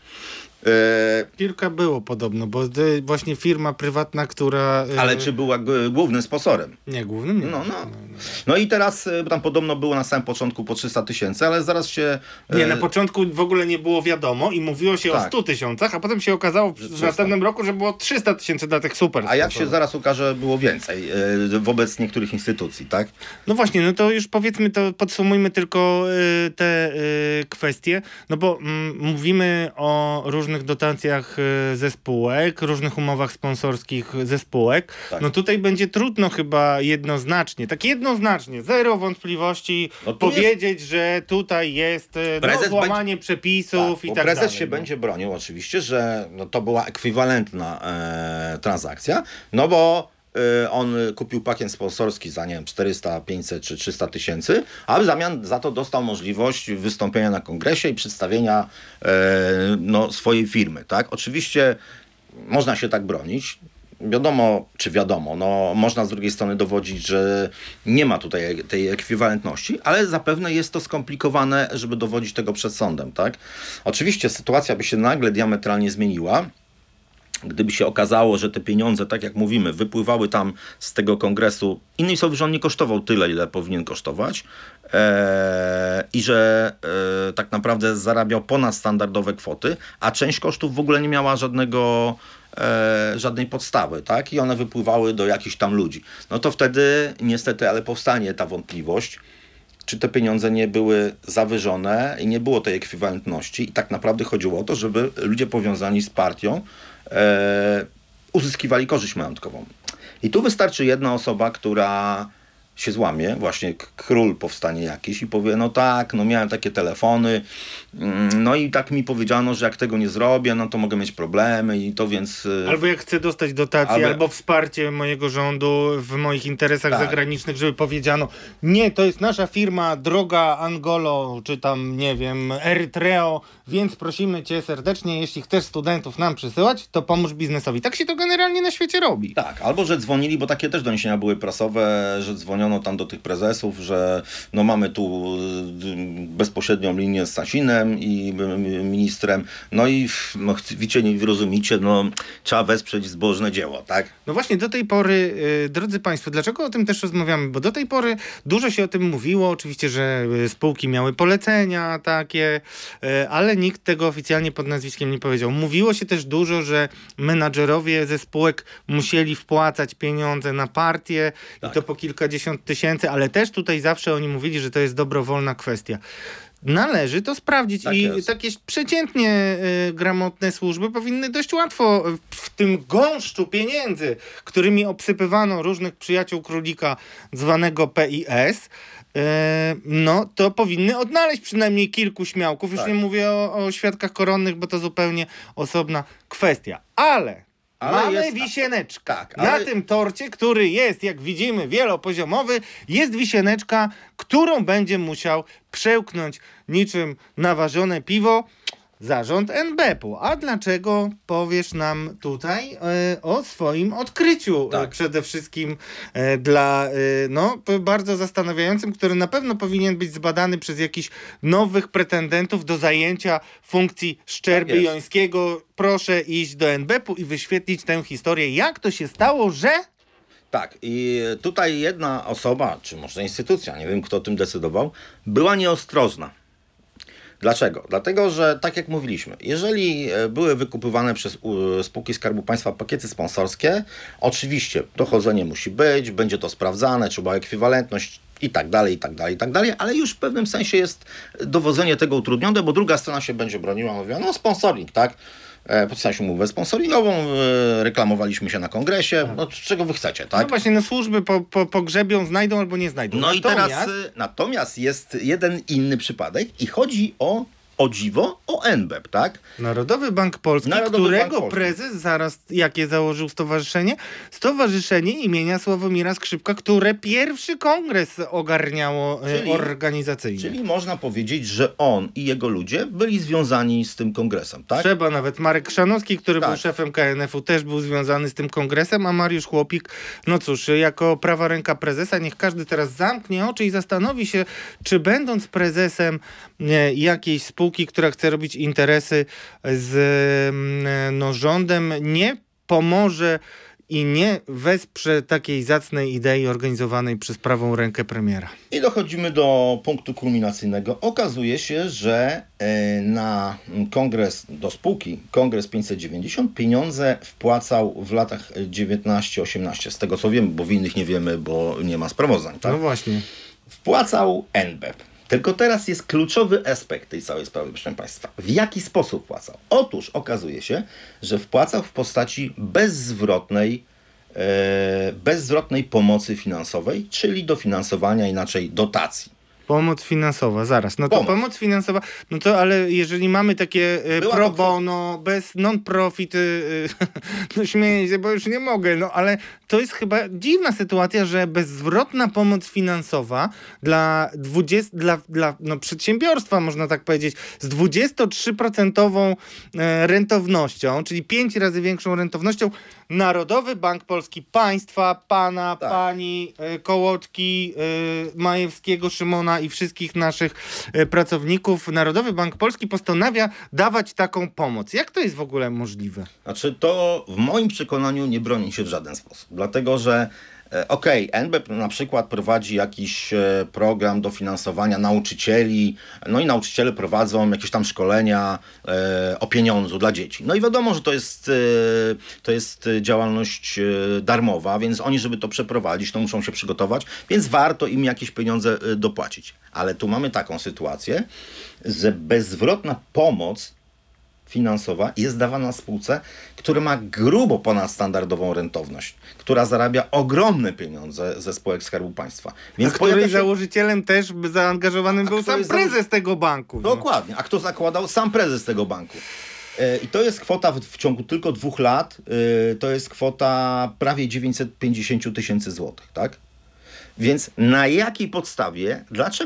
B: Kilka było podobno, bo właśnie firma prywatna, która...
C: Ale czy była głównym sponsorem?
B: Nie, głównym nie.
C: No i teraz tam podobno było na samym początku po 300 000, ale zaraz się...
B: Nie, na początku w ogóle nie było wiadomo i mówiło się o 100 000, a potem się okazało w następnym roku, że było 300 000 dla tych super.
C: A jak się zaraz okaże, było więcej wobec niektórych instytucji, tak?
B: No właśnie, no to już powiedzmy, to podsumujmy tylko te kwestie, no bo mówimy o różnych dotacjach ze spółek, różnych umowach sponsorskich ze spółek. Tak. No tutaj będzie trudno chyba jednoznacznie, zero wątpliwości powiedzieć, że tutaj jest złamanie przepisów i tak dalej.
C: Prezes się będzie bronił oczywiście, że to była ekwiwalentna transakcja, no bo on kupił pakiet sponsorski za, nie wiem, 400, 500 czy 300 000, a w zamian za to dostał możliwość wystąpienia na kongresie i przedstawienia swojej firmy, tak? Oczywiście można się tak bronić. Wiadomo, można z drugiej strony dowodzić, że nie ma tutaj tej ekwiwalentności, ale zapewne jest to skomplikowane, żeby dowodzić tego przed sądem, tak? Oczywiście sytuacja by się nagle diametralnie zmieniła, gdyby się okazało, że te pieniądze, tak jak mówimy, wypływały tam z tego kongresu, innymi słowy, że on nie kosztował tyle, ile powinien kosztować i że tak naprawdę zarabiał ponadstandardowe kwoty, a część kosztów w ogóle nie miała żadnej podstawy, tak? I one wypływały do jakichś tam ludzi. No to wtedy niestety, ale powstanie ta wątpliwość, czy te pieniądze nie były zawyżone i nie było tej ekwiwalentności i tak naprawdę chodziło o to, żeby ludzie powiązani z partią uzyskiwali korzyść majątkową. I tu wystarczy jedna osoba, która się złamie, właśnie król powstanie jakiś i powie, no tak, no miałem takie telefony, no i tak mi powiedziano, że jak tego nie zrobię, no to mogę mieć problemy i to więc...
B: Albo jak chcę dostać dotację, albo wsparcie mojego rządu w moich interesach zagranicznych, żeby powiedziano, nie, to jest nasza firma, droga Angolo, czy tam, nie wiem, Erytreo, więc prosimy cię serdecznie, jeśli chcesz studentów nam przysyłać, to pomóż biznesowi. Tak się to generalnie na świecie robi.
C: Tak, albo że dzwonili, bo takie też doniesienia były prasowe, że dzwoniono tam do tych prezesów, że no mamy tu bezpośrednią linię z Sasinem i ministrem, no i no, wiecie, nie rozumicie, no trzeba wesprzeć zbożne dzieło, tak?
B: No właśnie do tej pory, drodzy Państwo, dlaczego o tym też rozmawiamy? Bo do tej pory dużo się o tym mówiło, oczywiście, że spółki miały polecenia takie, ale nikt tego oficjalnie pod nazwiskiem nie powiedział. Mówiło się też dużo, że menadżerowie ze spółek musieli wpłacać pieniądze na partię i to po kilkadziesiąt tysięcy, ale też tutaj zawsze oni mówili, że to jest dobrowolna kwestia. Należy to sprawdzić takie przeciętnie gramotne służby powinny dość łatwo w tym gąszczu pieniędzy, którymi obsypywano różnych przyjaciół królika zwanego PiS, no to powinny odnaleźć przynajmniej kilku śmiałków. Już nie mówię o świadkach koronnych, bo to zupełnie osobna kwestia. Ale mamy wisieneczkę. Na tym torcie, który jest, jak widzimy, wielopoziomowy, jest wisieneczka, którą będzie musiał przełknąć niczym naważone piwo zarząd NBP-u. A dlaczego powiesz nam tutaj o swoim odkryciu? Przede wszystkim dla bardzo zastanawiającym, który na pewno powinien być zbadany przez jakichś nowych pretendentów do zajęcia funkcji Szczerby Jońskiego. Proszę iść do NBP-u i wyświetlić tę historię. Jak to się stało, że...
C: Tak, i tutaj jedna osoba, czy może instytucja, nie wiem kto o tym decydował, była nieostrożna. Dlaczego? Dlatego, że tak jak mówiliśmy, jeżeli były wykupywane przez spółki Skarbu Państwa pakiety sponsorskie, oczywiście dochodzenie musi być, będzie to sprawdzane, trzeba ekwiwalentność i tak dalej, ale już w pewnym sensie jest dowodzenie tego utrudnione, bo druga strona się będzie broniła, mówiła, no sponsoring, tak? Podpisaliśmy umowę sponsoringową, reklamowaliśmy się na kongresie, no czego wy chcecie, tak?
B: No właśnie, służby pogrzebią, znajdą albo nie znajdą.
C: No natomiast jest jeden inny przypadek i chodzi o dziwo, o NBP, tak?
B: Narodowy Bank Polski, którego prezes zaraz, jakie założył stowarzyszenie? Stowarzyszenie imienia Sławomira Skrzypka, które pierwszy kongres ogarniało organizacyjnie.
C: Czyli można powiedzieć, że on i jego ludzie byli związani z tym kongresem, tak?
B: Trzeba nawet. Marek Chrzanowski, który był szefem KNF-u, też był związany z tym kongresem, a Mariusz Chłopik, no cóż, jako prawa ręka prezesa, niech każdy teraz zamknie oczy i zastanowi się, czy będąc prezesem jakiejś spółki, która chce robić interesy z rządem, nie pomoże i nie wesprze takiej zacnej idei organizowanej przez prawą rękę premiera.
C: I dochodzimy do punktu kulminacyjnego. Okazuje się, że na kongres, do spółki Kongres 590 pieniądze wpłacał w latach 19-18. Z tego co wiemy, bo w innych nie wiemy, bo nie ma sprawozdań. Tak?
B: No właśnie.
C: Wpłacał NBP. Tylko teraz jest kluczowy aspekt tej całej sprawy, proszę Państwa. W jaki sposób wpłacał? Otóż okazuje się, że wpłacał w postaci bezzwrotnej pomocy finansowej, czyli dofinansowania, inaczej dotacji.
B: Pomoc finansowa, zaraz. No to pomoc finansowa, no to ale jeżeli mamy takie pro bono, bez non-profit, no śmieję się, bo już nie mogę, no ale to jest chyba dziwna sytuacja, że bezzwrotna pomoc finansowa dla przedsiębiorstwa, można tak powiedzieć, z 23% rentownością, czyli 5 razy większą rentownością, Narodowy Bank Polski, państwa, pana, pani, Kołotki, Majewskiego, Szymona i wszystkich naszych pracowników, Narodowy Bank Polski postanawia dawać taką pomoc. Jak to jest w ogóle możliwe?
C: Znaczy to w moim przekonaniu nie broni się w żaden sposób. Dlatego, że NBP na przykład prowadzi jakiś program dofinansowania nauczycieli, no i nauczyciele prowadzą jakieś tam szkolenia o pieniądzu dla dzieci. No i wiadomo, że to jest działalność darmowa, więc oni, żeby to przeprowadzić, to muszą się przygotować, więc warto im jakieś pieniądze dopłacić. Ale tu mamy taką sytuację, że bezzwrotna pomoc finansowa jest dawana spółce, która ma grubo ponadstandardową rentowność, która zarabia ogromne pieniądze ze spółek Skarbu Państwa.
B: Więc której założycielem też zaangażowanym był sam prezes tego banku.
C: Dokładnie. A kto zakładał? Sam prezes tego banku. I to jest kwota w ciągu tylko 2 lat, to jest kwota prawie 950 000 złotych, tak? Więc na jakiej podstawie,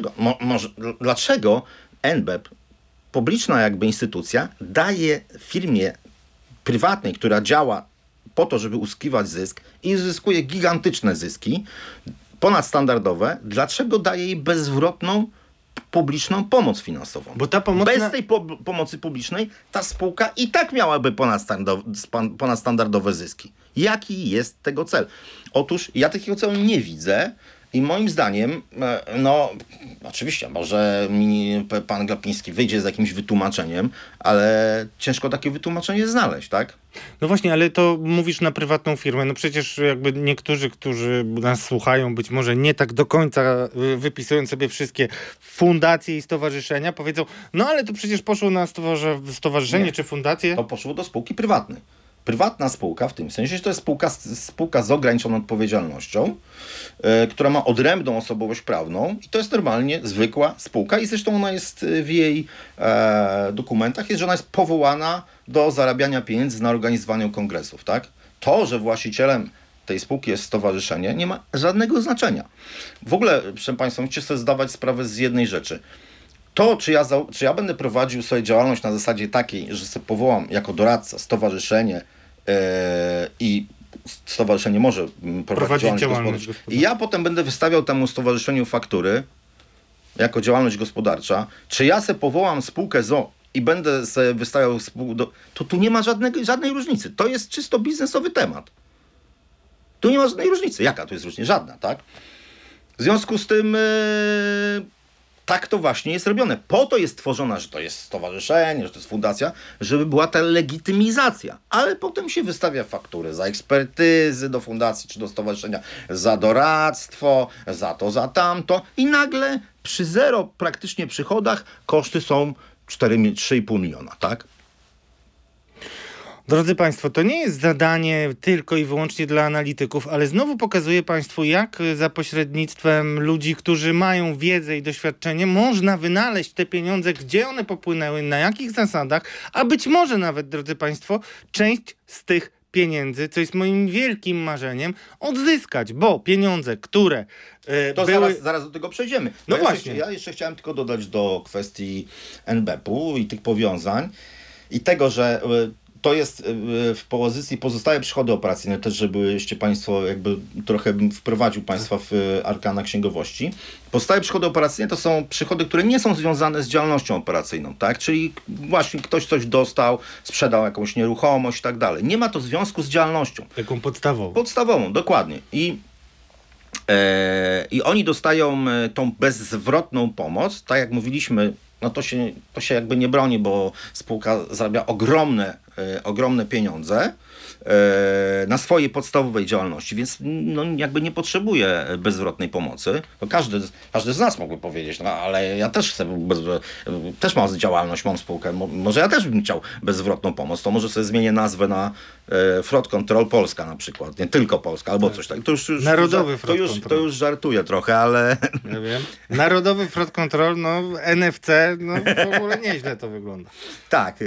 C: dlaczego NBP, publiczna jakby instytucja, daje firmie prywatnej, która działa po to, żeby uzyskiwać zysk i zyskuje gigantyczne zyski, ponadstandardowe, dlaczego daje jej bezzwrotną publiczną pomoc finansową?
B: Bo ta pomoc
C: bez tej pomocy publicznej ta spółka i tak miałaby ponadstandardowe zyski. Jaki jest tego cel? Otóż ja takiego celu nie widzę i moim zdaniem, oczywiście, może pan Glapiński wyjdzie z jakimś wytłumaczeniem, ale ciężko takie wytłumaczenie znaleźć, tak?
B: No właśnie, ale to mówisz na prywatną firmę. No przecież jakby niektórzy, którzy nas słuchają, być może nie tak do końca wypisują sobie wszystkie fundacje i stowarzyszenia, powiedzą, no ale to przecież poszło na stowarzyszenie czy fundację.
C: To poszło do spółki prywatnej. Prywatna spółka w tym sensie, że to jest spółka z ograniczoną odpowiedzialnością, która ma odrębną osobowość prawną i to jest normalnie zwykła spółka i zresztą ona jest w jej dokumentach, jest, że ona jest powołana do zarabiania pieniędzy na organizowaniu kongresów, tak? To, że właścicielem tej spółki jest stowarzyszenie, nie ma żadnego znaczenia. W ogóle, proszę Państwa, musicie sobie zdawać sprawę z jednej rzeczy. To, czy ja będę prowadził sobie działalność na zasadzie takiej, że sobie powołam jako doradca stowarzyszenie i stowarzyszenie może prowadzić działalność gospodarczą. I ja potem będę wystawiał temu stowarzyszeniu faktury jako działalność gospodarcza. Czy ja sobie powołam spółkę ZOO i będę sobie wystawiał to tu nie ma żadnej różnicy. To jest czysto biznesowy temat. Tu nie ma żadnej różnicy. Jaka to jest różnica? Żadna, tak? W związku z tym tak to właśnie jest robione. Po to jest tworzona, że to jest stowarzyszenie, że to jest fundacja, żeby była ta legitymizacja. Ale potem się wystawia faktury za ekspertyzy do fundacji czy do stowarzyszenia, za doradztwo, za to, za tamto i nagle przy zero praktycznie przychodach koszty są 3,5 miliona, tak?
B: Drodzy Państwo, to nie jest zadanie tylko i wyłącznie dla analityków, ale znowu pokazuje Państwu, jak za pośrednictwem ludzi, którzy mają wiedzę i doświadczenie, można wynaleźć te pieniądze, gdzie one popłynęły, na jakich zasadach, a być może nawet, drodzy Państwo, część z tych pieniędzy, co jest moim wielkim marzeniem, odzyskać, bo pieniądze, które
C: to zaraz do tego przejdziemy.
B: No właśnie.
C: Ja jeszcze chciałem tylko dodać do kwestii NBP-u i tych powiązań i tego, że to jest w pozycji pozostałe przychody operacyjne, też żebyście Państwo jakby trochę wprowadził Państwa w arkana księgowości. Pozostałe przychody operacyjne to są przychody, które nie są związane z działalnością operacyjną, tak? Czyli właśnie ktoś coś dostał, sprzedał jakąś nieruchomość i tak dalej. Nie ma to związku z działalnością.
B: Taką podstawową.
C: Podstawową, dokładnie. I oni dostają tą bezzwrotną pomoc, tak jak mówiliśmy, no to się jakby nie broni, bo spółka zarabia ogromne pieniądze na swojej podstawowej działalności, więc no jakby nie potrzebuje bezzwrotnej pomocy. No każdy z nas mógłby powiedzieć, no ale ja też chcę, też mam działalność, mam spółkę, może ja też bym chciał bezzwrotną pomoc, to może sobie zmienię nazwę na Fraud Control Polska na przykład, nie tylko Polska, albo coś tak.
B: Narodowy Fraud Control.
C: To już żartuję trochę, ale...
B: Ja wiem. Narodowy Fraud Control, no NFC, no w ogóle nieźle to wygląda.
C: Tak.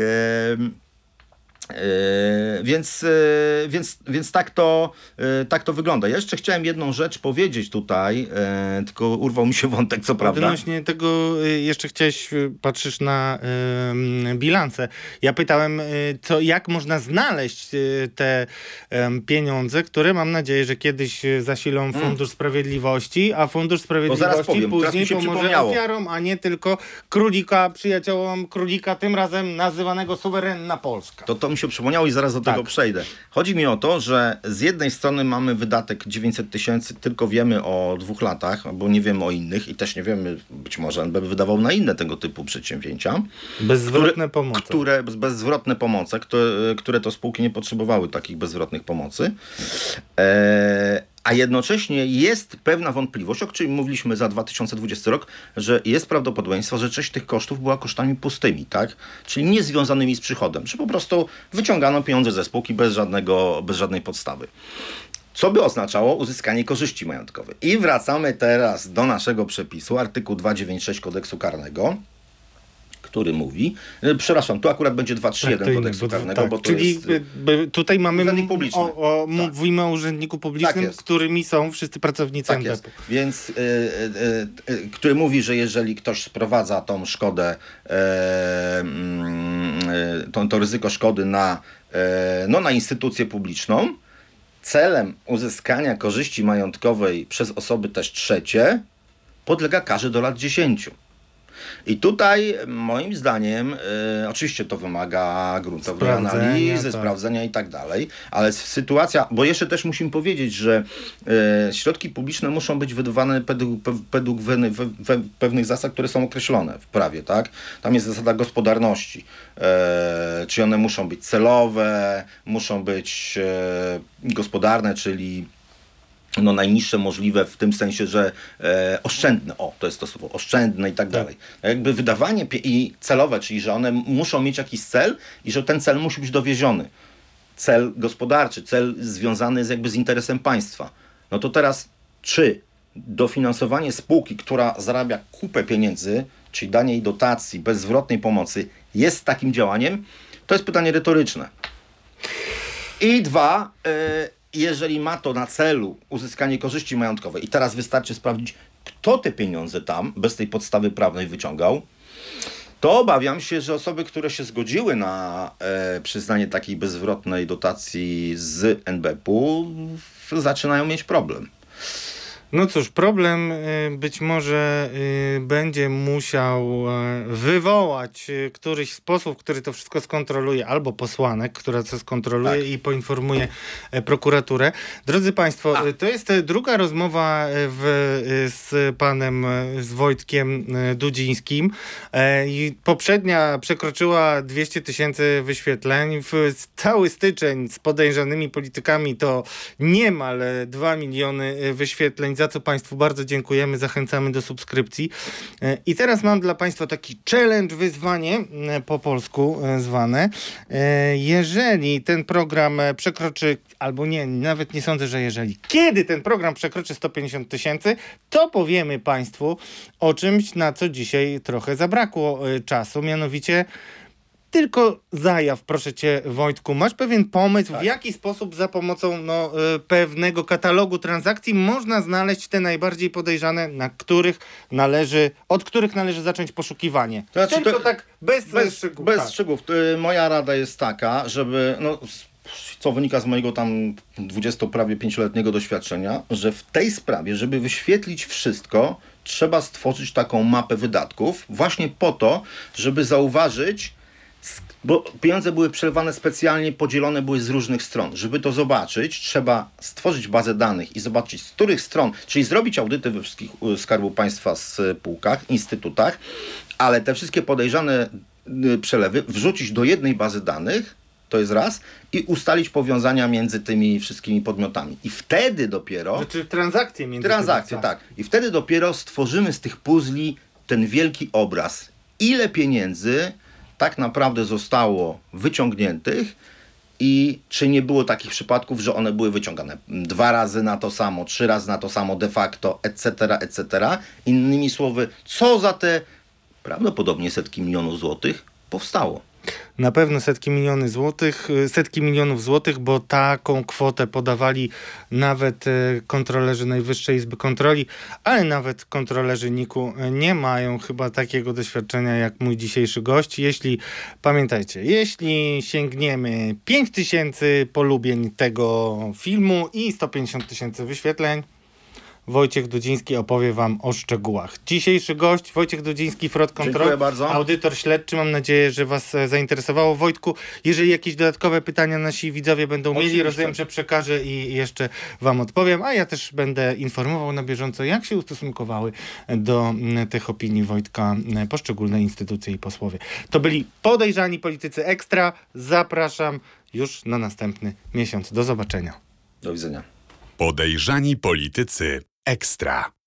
C: Więc tak to wygląda. Ja jeszcze chciałem jedną rzecz powiedzieć tutaj, tylko urwał mi się wątek, co prawda.
B: Odnośnie tego jeszcze chciałeś, patrzysz na bilance. Ja pytałem, jak można znaleźć te pieniądze, które mam nadzieję, że kiedyś zasilą Fundusz Sprawiedliwości, a Fundusz Sprawiedliwości później pomoże ofiarom, a nie tylko przyjaciołom królika, tym razem nazywanego Suwerenna Polska.
C: To mi się przypomniało i zaraz do tego przejdę. Chodzi mi o to, że z jednej strony mamy wydatek 900 000, tylko wiemy o 2 latach, bo nie wiemy o innych i też nie wiemy, być może NBP wydawał na inne tego typu przedsięwzięcia.
B: Bezzwrotne pomoce.
C: Bezzwrotne pomoce, które to spółki nie potrzebowały takich bezzwrotnych pomocy. A jednocześnie jest pewna wątpliwość, o której mówiliśmy za 2020 rok, że jest prawdopodobieństwo, że część tych kosztów była kosztami pustymi, tak? Czyli niezwiązanymi z przychodem, że po prostu wyciągano pieniądze ze spółki bez żadnej podstawy. Co by oznaczało uzyskanie korzyści majątkowej. I wracamy teraz do naszego przepisu, artykuł 296 Kodeksu Karnego, który mówi, przepraszam, tu akurat będzie 231 Kodeksu Karnego, bo to
B: czyli
C: jest...
B: tutaj mamy
C: urzędnik publiczny.
B: mówimy o urzędniku publicznym,
C: Tak
B: którymi są wszyscy pracownicy
C: Tak
B: NBP-u.
C: jest. Więc który mówi, że jeżeli ktoś sprowadza tą szkodę, to ryzyko szkody na instytucję publiczną, celem uzyskania korzyści majątkowej przez osoby też trzecie podlega karze do lat 10. I tutaj moim zdaniem, oczywiście to wymaga gruntowej analizy, sprawdzenia i tak dalej, ale sytuacja, bo jeszcze też musimy powiedzieć, że środki publiczne muszą być wydawane według pewnych zasad, które są określone w prawie, tak? Tam jest zasada gospodarności, czy one muszą być celowe, muszą być gospodarne, czyli najniższe możliwe w tym sensie, że oszczędne, to jest to słowo, oszczędne i tak dalej. Jakby wydawanie i celowe, czyli że one muszą mieć jakiś cel i że ten cel musi być dowieziony. Cel gospodarczy, cel związany z interesem państwa. No to teraz, czy dofinansowanie spółki, która zarabia kupę pieniędzy, czyli danie jej dotacji, bezzwrotnej pomocy, jest takim działaniem? To jest pytanie retoryczne. I dwa, jeżeli ma to na celu uzyskanie korzyści majątkowej i teraz wystarczy sprawdzić, kto te pieniądze tam bez tej podstawy prawnej wyciągał, to obawiam się, że osoby, które się zgodziły na przyznanie takiej bezzwrotnej dotacji z NBP-u zaczynają mieć problem.
B: No cóż, problem być może będzie musiał wywołać któryś z posłów, który to wszystko skontroluje, albo posłanek, która to skontroluje i poinformuje prokuraturę. Drodzy Państwo, to jest druga rozmowa z panem, z Wojtkiem Dudzińskim. Poprzednia przekroczyła 200 000 wyświetleń. Cały styczeń z podejrzanymi politykami to niemal 2 miliony wyświetleń, za co Państwu bardzo dziękujemy, zachęcamy do subskrypcji. I teraz mam dla Państwa taki challenge, wyzwanie po polsku zwane. Jeżeli ten program przekroczy, albo nie, nawet nie sądzę, że kiedy ten program przekroczy 150 000, to powiemy Państwu o czymś, na co dzisiaj trochę zabrakło czasu, mianowicie tylko zajaw, proszę Cię, Wojtku. Masz pewien pomysł, w jaki sposób za pomocą pewnego katalogu transakcji można znaleźć te najbardziej podejrzane, od których należy zacząć poszukiwanie?
C: To znaczy,
B: tylko tak bez szczegółów.
C: Bez szczegółów. Moja rada jest taka, żeby, co wynika z mojego tam prawie 5-letniego doświadczenia, że w tej sprawie, żeby wyświetlić wszystko, trzeba stworzyć taką mapę wydatków właśnie po to, żeby zauważyć, bo pieniądze były przelewane specjalnie, podzielone były z różnych stron. Żeby to zobaczyć, trzeba stworzyć bazę danych i zobaczyć, z których stron, czyli zrobić audyty we wszystkich Skarbu Państwa spółkach, instytutach, ale te wszystkie podejrzane przelewy wrzucić do jednej bazy danych, to jest raz, i ustalić powiązania między tymi wszystkimi podmiotami. I wtedy dopiero...
B: Znaczy transakcje między
C: Transakcje, tak. I wtedy dopiero stworzymy z tych puzli ten wielki obraz. Ile pieniędzy tak naprawdę zostało wyciągniętych i czy nie było takich przypadków, że one były wyciągane 2 razy na to samo, 3 razy na to samo de facto, etc. Innymi słowy, co za te prawdopodobnie setki milionów złotych powstało.
B: Na pewno setki milionów złotych, bo taką kwotę podawali nawet kontrolerzy Najwyższej Izby Kontroli, ale nawet kontrolerzy NIK-u nie mają chyba takiego doświadczenia jak mój dzisiejszy gość. Pamiętajcie, jeśli sięgniemy 5000 polubień tego filmu i 150 000 wyświetleń, Wojciech Dudziński opowie Wam o szczegółach. Dzisiejszy gość, Wojciech Dudziński, Front Control.
C: Dziękuję bardzo.
B: Audytor śledczy. Mam nadzieję, że Was zainteresowało. Wojtku, jeżeli jakieś dodatkowe pytania nasi widzowie będą mieli, rozumiem, że przekażę i jeszcze Wam odpowiem, a ja też będę informował na bieżąco, jak się ustosunkowały do tych opinii Wojtka poszczególne instytucje i posłowie. To byli Podejrzani Politycy Ekstra. Zapraszam już na następny miesiąc. Do zobaczenia.
C: Do widzenia.
A: Podejrzani politycy ekstra.